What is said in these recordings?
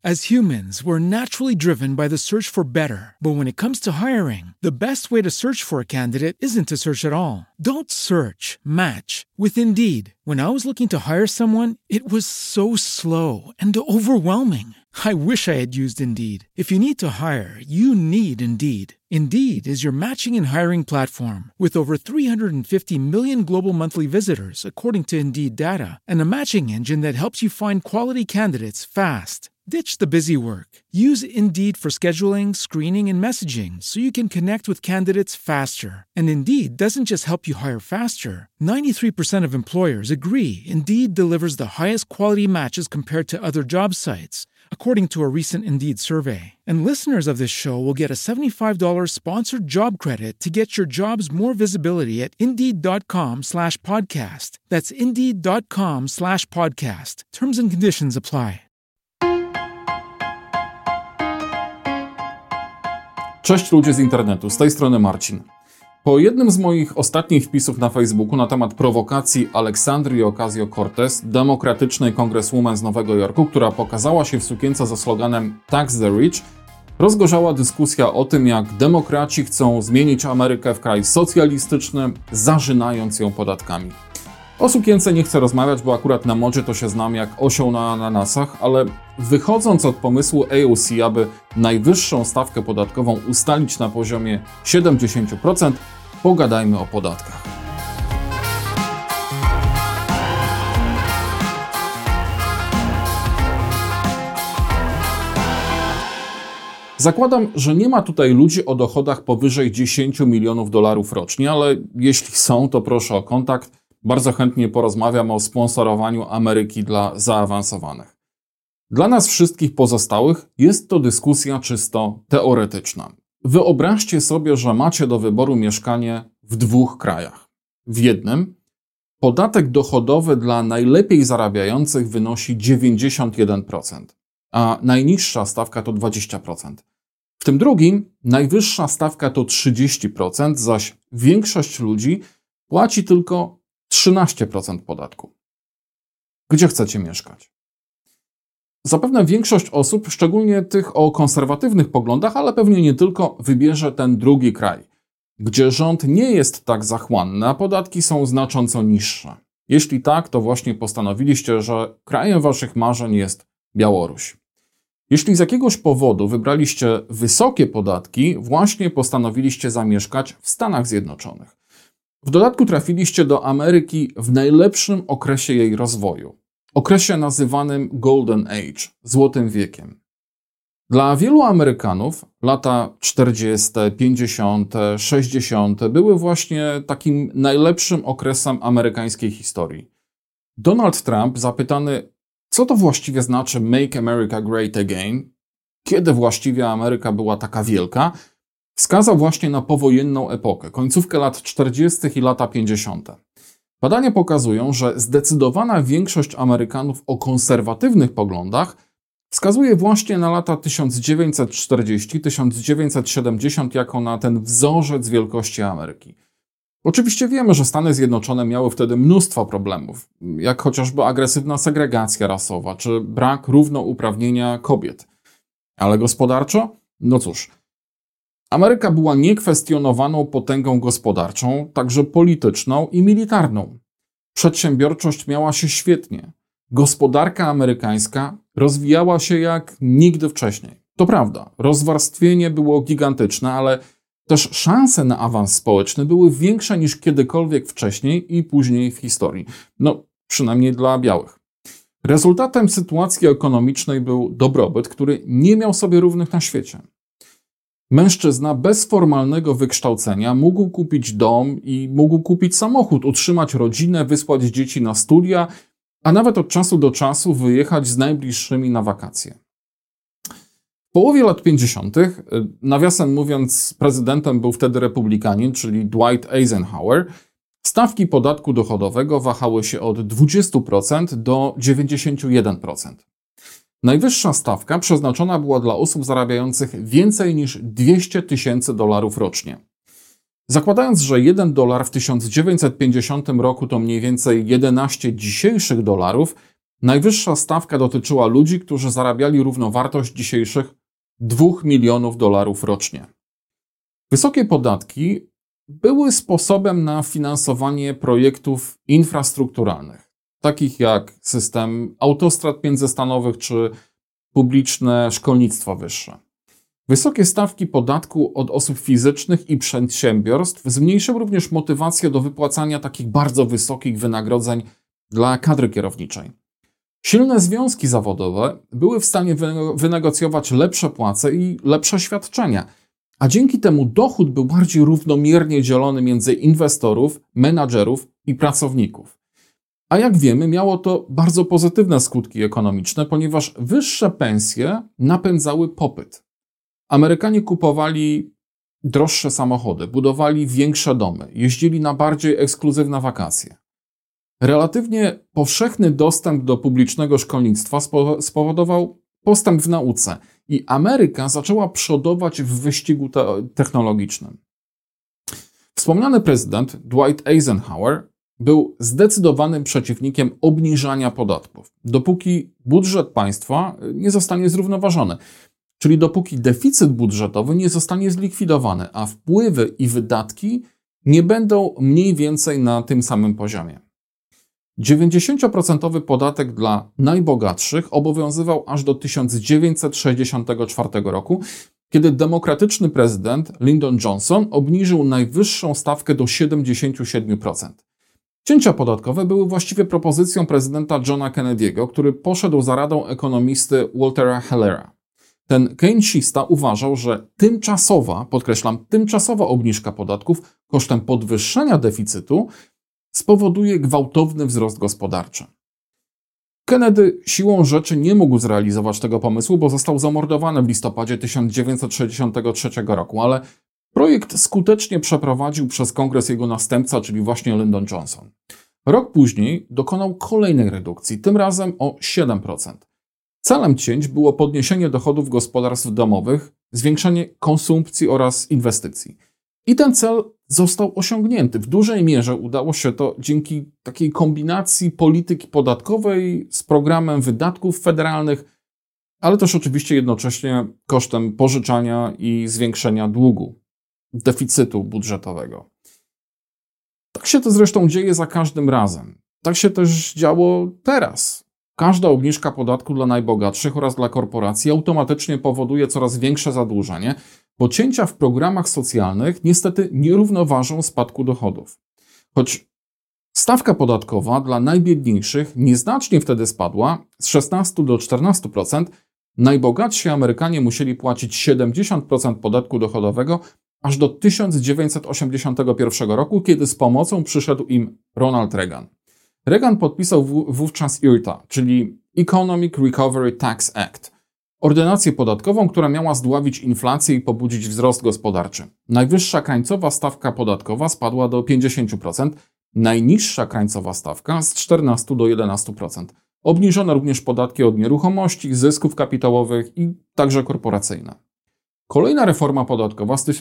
As humans, we're naturally driven by the search for better. But when it comes to hiring, the best way to search for a candidate isn't to search at all. Don't search, match with Indeed. When I was looking to hire someone, it was so slow and overwhelming. I wish I had used Indeed. If you need to hire, you need Indeed. Indeed is your matching and hiring platform with over 350 million global monthly visitors, according to Indeed data, and a matching engine that helps you find quality candidates fast. Ditch the busy work. Use Indeed for scheduling, screening, and messaging so you can connect with candidates faster. And Indeed doesn't just help you hire faster. 93% of employers agree Indeed delivers the highest quality matches compared to other job sites, according to a recent Indeed survey. And listeners of this show will get a $75 sponsored job credit to get your jobs more visibility at Indeed.com/podcast. That's Indeed.com/podcast. Terms and conditions apply. Cześć ludzie z internetu, z tej strony Marcin. Po jednym z moich ostatnich wpisów na Facebooku na temat prowokacji Alexandrii Ocasio-Cortez, demokratycznej kongreswoman z Nowego Jorku, która pokazała się w sukience ze sloganem Tax the Rich, rozgorzała dyskusja o tym, jak demokraci chcą zmienić Amerykę w kraj socjalistyczny, zarzynając ją podatkami. O sukience nie chcę rozmawiać, bo akurat na modzie to się znam jak osioł na ananasach, ale wychodząc od pomysłu AOC, aby najwyższą stawkę podatkową ustalić na poziomie 70%, pogadajmy o podatkach. Zakładam, że nie ma tutaj ludzi o dochodach powyżej 10 milionów dolarów rocznie, ale jeśli są, to proszę o kontakt. Bardzo chętnie porozmawiam o sponsorowaniu Ameryki dla zaawansowanych. Dla nas wszystkich pozostałych jest to dyskusja czysto teoretyczna. Wyobraźcie sobie, że macie do wyboru mieszkanie w dwóch krajach. W jednym podatek dochodowy dla najlepiej zarabiających wynosi 91%, a najniższa stawka to 20%. W tym drugim najwyższa stawka to 30%, zaś większość ludzi płaci tylko 13% podatku. Gdzie chcecie mieszkać? Zapewne większość osób, szczególnie tych o konserwatywnych poglądach, ale pewnie nie tylko, wybierze ten drugi kraj, gdzie rząd nie jest tak zachłanny, a podatki są znacząco niższe. Jeśli tak, to właśnie postanowiliście, że krajem waszych marzeń jest Białoruś. Jeśli z jakiegoś powodu wybraliście wysokie podatki, właśnie postanowiliście zamieszkać w Stanach Zjednoczonych. W dodatku trafiliście do Ameryki w najlepszym okresie jej rozwoju. Okresie nazywanym Golden Age, Złotym Wiekiem. Dla wielu Amerykanów lata 40., 50., 60. były właśnie takim najlepszym okresem amerykańskiej historii. Donald Trump, zapytany, co to właściwie znaczy Make America Great Again, kiedy właściwie Ameryka była taka wielka, wskazał właśnie na powojenną epokę, końcówkę lat 40. i lata 50. Badania pokazują, że zdecydowana większość Amerykanów o konserwatywnych poglądach wskazuje właśnie na lata 1940-1970 jako na ten wzorzec wielkości Ameryki. Oczywiście wiemy, że Stany Zjednoczone miały wtedy mnóstwo problemów, jak chociażby agresywna segregacja rasowa czy brak równouprawnienia kobiet. Ale gospodarczo? No cóż, Ameryka była niekwestionowaną potęgą gospodarczą, także polityczną i militarną. Przedsiębiorczość miała się świetnie. Gospodarka amerykańska rozwijała się jak nigdy wcześniej. To prawda, rozwarstwienie było gigantyczne, ale też szanse na awans społeczny były większe niż kiedykolwiek wcześniej i później w historii. No, przynajmniej dla białych. Rezultatem sytuacji ekonomicznej był dobrobyt, który nie miał sobie równych na świecie. Mężczyzna bez formalnego wykształcenia mógł kupić dom i mógł kupić samochód, utrzymać rodzinę, wysłać dzieci na studia, a nawet od czasu do czasu wyjechać z najbliższymi na wakacje. W połowie lat 50., nawiasem mówiąc, prezydentem był wtedy republikanin, czyli Dwight Eisenhower, stawki podatku dochodowego wahały się od 20% do 91%. Najwyższa stawka przeznaczona była dla osób zarabiających więcej niż $200,000 rocznie. Zakładając, że $1 w 1950 roku to mniej więcej 11 dzisiejszych dolarów, Najwyższa stawka dotyczyła ludzi, którzy zarabiali równowartość dzisiejszych $2 milionów rocznie. Wysokie podatki były sposobem na finansowanie projektów infrastrukturalnych, takich jak system autostrad międzystanowych czy publiczne szkolnictwo wyższe. Wysokie stawki podatku od osób fizycznych i przedsiębiorstw zmniejszyły również motywację do wypłacania takich bardzo wysokich wynagrodzeń dla kadry kierowniczej. Silne związki zawodowe były w stanie wynegocjować lepsze płace i lepsze świadczenia, a dzięki temu dochód był bardziej równomiernie dzielony między inwestorów, menadżerów i pracowników. A jak wiemy, miało to bardzo pozytywne skutki ekonomiczne, ponieważ wyższe pensje napędzały popyt. Amerykanie kupowali droższe samochody, budowali większe domy, jeździli na bardziej ekskluzywne wakacje. Relatywnie powszechny dostęp do publicznego szkolnictwa spowodował postęp w nauce i Ameryka zaczęła przodować w wyścigu technologicznym. Wspomniany prezydent Dwight Eisenhower był zdecydowanym przeciwnikiem obniżania podatków, dopóki budżet państwa nie zostanie zrównoważony, czyli dopóki deficyt budżetowy nie zostanie zlikwidowany, a wpływy i wydatki nie będą mniej więcej na tym samym poziomie. 90% podatek dla najbogatszych obowiązywał aż do 1964 roku, kiedy demokratyczny prezydent Lyndon Johnson obniżył najwyższą stawkę do 77%. Cięcia podatkowe były właściwie propozycją prezydenta Johna Kennedy'ego, który poszedł za radą ekonomisty Waltera Hellera. Ten keynesista uważał, że tymczasowa obniżka podatków kosztem podwyższenia deficytu spowoduje gwałtowny wzrost gospodarczy. Kennedy siłą rzeczy nie mógł zrealizować tego pomysłu, bo został zamordowany w listopadzie 1963 roku, ale projekt skutecznie przeprowadził przez Kongres jego następca, czyli właśnie Lyndon Johnson. Rok później dokonał kolejnej redukcji, tym razem o 7%. Celem cięć było podniesienie dochodów gospodarstw domowych, zwiększenie konsumpcji oraz inwestycji. I ten cel został osiągnięty. W dużej mierze udało się to dzięki takiej kombinacji polityki podatkowej z programem wydatków federalnych, ale też oczywiście jednocześnie kosztem pożyczania i zwiększenia długu, deficytu budżetowego. Tak się to zresztą dzieje za każdym razem. Tak się też działo teraz. Każda obniżka podatku dla najbogatszych oraz dla korporacji automatycznie powoduje coraz większe zadłużenie, bo cięcia w programach socjalnych niestety nie równoważą spadku dochodów. Choć stawka podatkowa dla najbiedniejszych nieznacznie wtedy spadła z 16 do 14%, najbogatsi Amerykanie musieli płacić 70% podatku dochodowego aż do 1981 roku, kiedy z pomocą przyszedł im Ronald Reagan. Reagan podpisał wówczas ERTA, czyli Economic Recovery Tax Act, ordynację podatkową, która miała zdławić inflację i pobudzić wzrost gospodarczy. Najwyższa krańcowa stawka podatkowa spadła do 50%, najniższa krańcowa stawka z 14 do 11%. Obniżono również podatki od nieruchomości, zysków kapitałowych i także korporacyjne. Kolejna reforma podatkowa z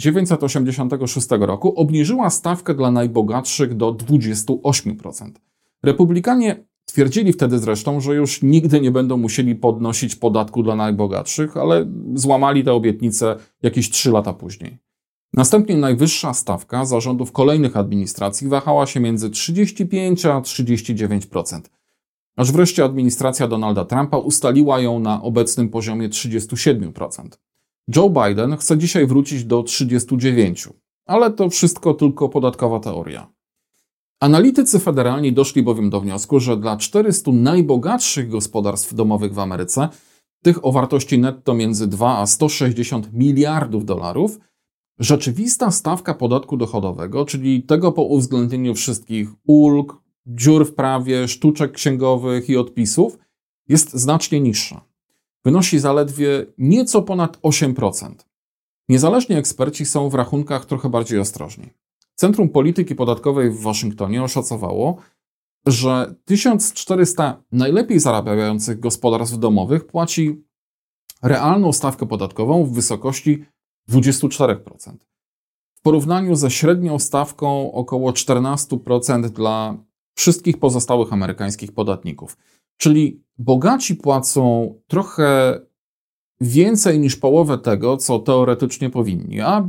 1986 roku obniżyła stawkę dla najbogatszych do 28%. Republikanie twierdzili wtedy zresztą, że już nigdy nie będą musieli podnosić podatku dla najbogatszych, ale złamali tę obietnicę jakieś 3 lata później. Następnie najwyższa stawka za rządów kolejnych administracji wahała się między 35 a 39%. Aż wreszcie administracja Donalda Trumpa ustaliła ją na obecnym poziomie 37%. Joe Biden chce dzisiaj wrócić do 39%, ale to wszystko tylko podatkowa teoria. Analitycy federalni doszli bowiem do wniosku, że dla 400 najbogatszych gospodarstw domowych w Ameryce, tych o wartości netto między 2 a 160 miliardów dolarów, rzeczywista stawka podatku dochodowego, czyli tego po uwzględnieniu wszystkich ulg, dziur w prawie, sztuczek księgowych i odpisów, jest znacznie niższa. Wynosi zaledwie nieco ponad 8%. Niezależni eksperci są w rachunkach trochę bardziej ostrożni. Centrum Polityki Podatkowej w Waszyngtonie oszacowało, że 1400 najlepiej zarabiających gospodarstw domowych płaci realną stawkę podatkową w wysokości 24%. W porównaniu ze średnią stawką około 14% dla wszystkich pozostałych amerykańskich podatników. Czyli bogaci płacą trochę więcej niż połowę tego, co teoretycznie powinni, a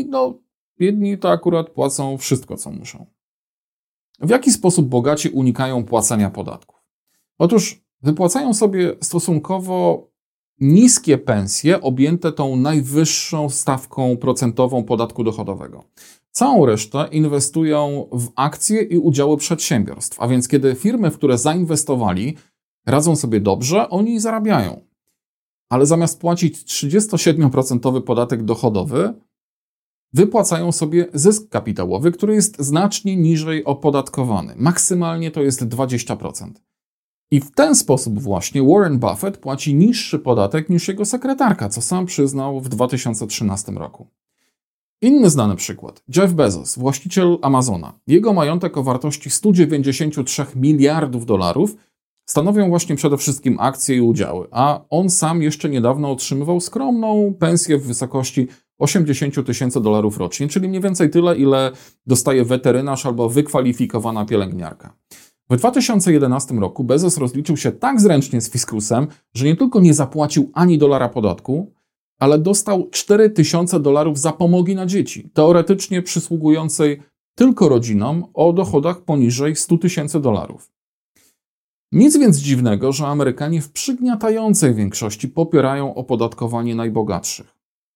biedni to akurat płacą wszystko, co muszą. W jaki sposób bogaci unikają płacenia podatków? Otóż wypłacają sobie stosunkowo niskie pensje objęte tą najwyższą stawką procentową podatku dochodowego. Całą resztę inwestują w akcje i udziały przedsiębiorstw, a więc kiedy firmy, w które zainwestowali, radzą sobie dobrze, oni zarabiają. Ale zamiast płacić 37% podatek dochodowy, wypłacają sobie zysk kapitałowy, który jest znacznie niżej opodatkowany. Maksymalnie to jest 20%. I w ten sposób właśnie Warren Buffett płaci niższy podatek niż jego sekretarka, co sam przyznał w 2013 roku. Inny znany przykład. Jeff Bezos, właściciel Amazona. Jego majątek o wartości 193 miliardów dolarów stanowią właśnie przede wszystkim akcje i udziały, a on sam jeszcze niedawno otrzymywał skromną pensję w wysokości 80 tysięcy dolarów rocznie, czyli mniej więcej tyle, ile dostaje weterynarz albo wykwalifikowana pielęgniarka. W 2011 roku Bezos rozliczył się tak zręcznie z fiskusem, że nie tylko nie zapłacił ani dolara podatku, ale dostał 4000 dolarów zapomogi na dzieci, teoretycznie przysługującej tylko rodzinom o dochodach poniżej 100 tysięcy dolarów. Nic więc dziwnego, że Amerykanie w przygniatającej większości popierają opodatkowanie najbogatszych.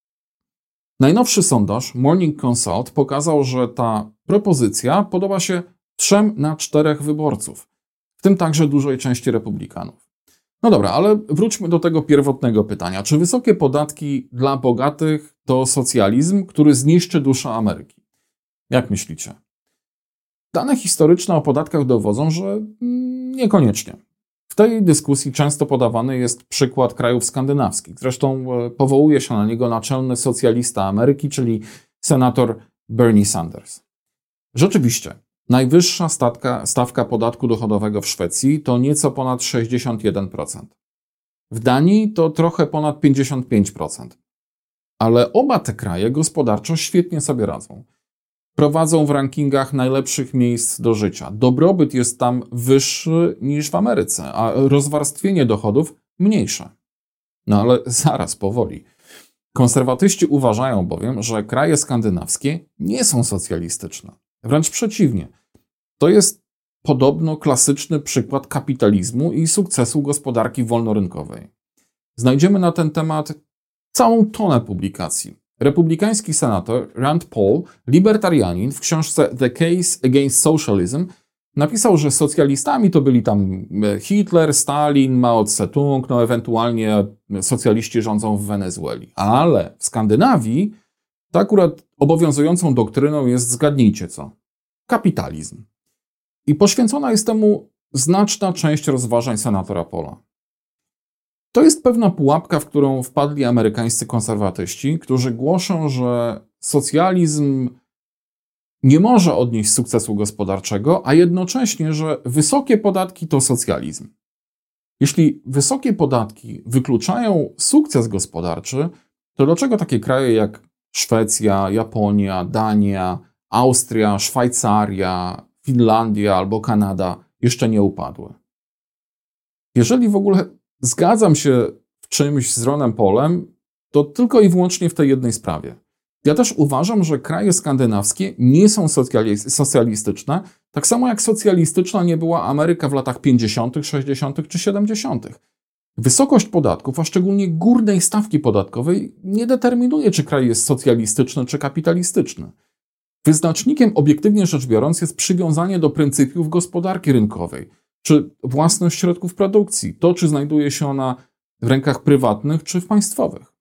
Najnowszy sondaż Morning Consult pokazał, że ta propozycja podoba się 3 na 4 wyborców, w tym także dużej części republikanów. No dobra, ale wróćmy do tego pierwotnego pytania. Czy wysokie podatki dla bogatych to socjalizm, który zniszczy duszę Ameryki? Jak myślicie? Dane historyczne o podatkach dowodzą, że niekoniecznie. W tej dyskusji często podawany jest przykład krajów skandynawskich. Zresztą powołuje się na niego naczelny socjalista Ameryki, czyli senator Bernie Sanders. Rzeczywiście, najwyższa stawka podatku dochodowego w Szwecji to nieco ponad 61%. W Danii to trochę ponad 55%. Ale oba te kraje gospodarczo świetnie sobie radzą. Prowadzą w rankingach najlepszych miejsc do życia. Dobrobyt jest tam wyższy niż w Ameryce, a rozwarstwienie dochodów mniejsze. No ale zaraz, powoli. Konserwatyści uważają bowiem, że kraje skandynawskie nie są socjalistyczne. Wręcz przeciwnie. To jest podobno klasyczny przykład kapitalizmu i sukcesu gospodarki wolnorynkowej. Znajdziemy na ten temat całą tonę publikacji. Republikański senator Rand Paul, libertarianin, w książce The Case Against Socialism napisał, że socjalistami to byli tam Hitler, Stalin, Mao Tse-tung, no ewentualnie socjaliści rządzą w Wenezueli. Ale w Skandynawii to akurat obowiązującą doktryną jest, zgadnijcie co, kapitalizm. I poświęcona jest temu znaczna część rozważań senatora Paula. To jest pewna pułapka, w którą wpadli amerykańscy konserwatyści, którzy głoszą, że socjalizm nie może odnieść sukcesu gospodarczego, a jednocześnie, że wysokie podatki to socjalizm. Jeśli wysokie podatki wykluczają sukces gospodarczy, to dlaczego takie kraje jak Szwecja, Japonia, Dania, Austria, Szwajcaria, Finlandia albo Kanada jeszcze nie upadły? Jeżeli w ogóle zgadzam się w czymś z Ronem Paulem, to tylko i wyłącznie w tej jednej sprawie. Ja też uważam, że kraje skandynawskie nie są socjalistyczne, tak samo jak socjalistyczna nie była Ameryka w latach 50., 60. czy 70. Wysokość podatków, a szczególnie górnej stawki podatkowej, nie determinuje, czy kraj jest socjalistyczny czy kapitalistyczny. Wyznacznikiem, obiektywnie rzecz biorąc, jest przywiązanie do pryncypiów gospodarki rynkowej, czy własność środków produkcji, to czy znajduje się ona w rękach prywatnych czy w państwowych.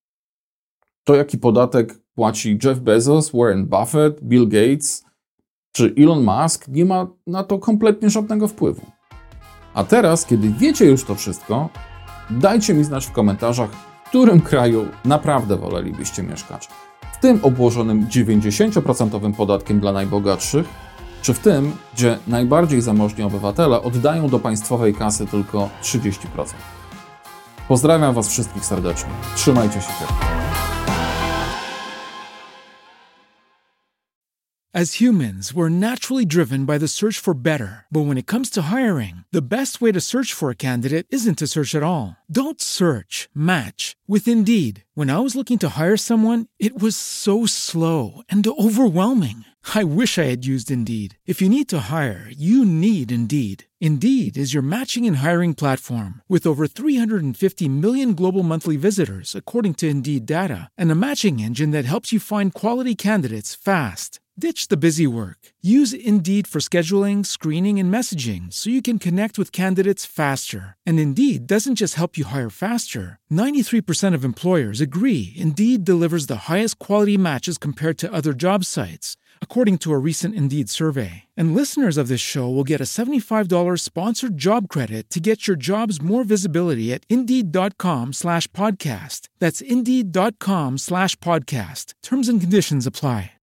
To jaki podatek płaci Jeff Bezos, Warren Buffett, Bill Gates czy Elon Musk, nie ma na to kompletnie żadnego wpływu. A teraz, kiedy wiecie już to wszystko, dajcie mi znać w komentarzach, w którym kraju naprawdę wolelibyście mieszkać. W tym obłożonym 90% podatkiem dla najbogatszych, czy w tym, gdzie najbardziej zamożni obywatele oddają do państwowej kasy tylko 30%. Pozdrawiam Was wszystkich serdecznie. Trzymajcie się ciepło. As humans, we're naturally driven by the search for better. But when it comes to hiring, the best way to search for a candidate isn't to search at all. Don't search, match with Indeed. When I was looking to hire someone, it was so slow and overwhelming. I wish I had used Indeed. If you need to hire, you need Indeed. Indeed is your matching and hiring platform with over 350 million global monthly visitors, according to Indeed data, and a matching engine that helps you find quality candidates fast. Ditch the busy work. Use Indeed for scheduling, screening, and messaging so you can connect with candidates faster. And Indeed doesn't just help you hire faster. 93% of employers agree Indeed delivers the highest quality matches compared to other job sites, according to a recent Indeed survey. And listeners of this show will get a $75 sponsored job credit to get your jobs more visibility at Indeed.com/podcast. That's Indeed.com/podcast. Terms and conditions apply.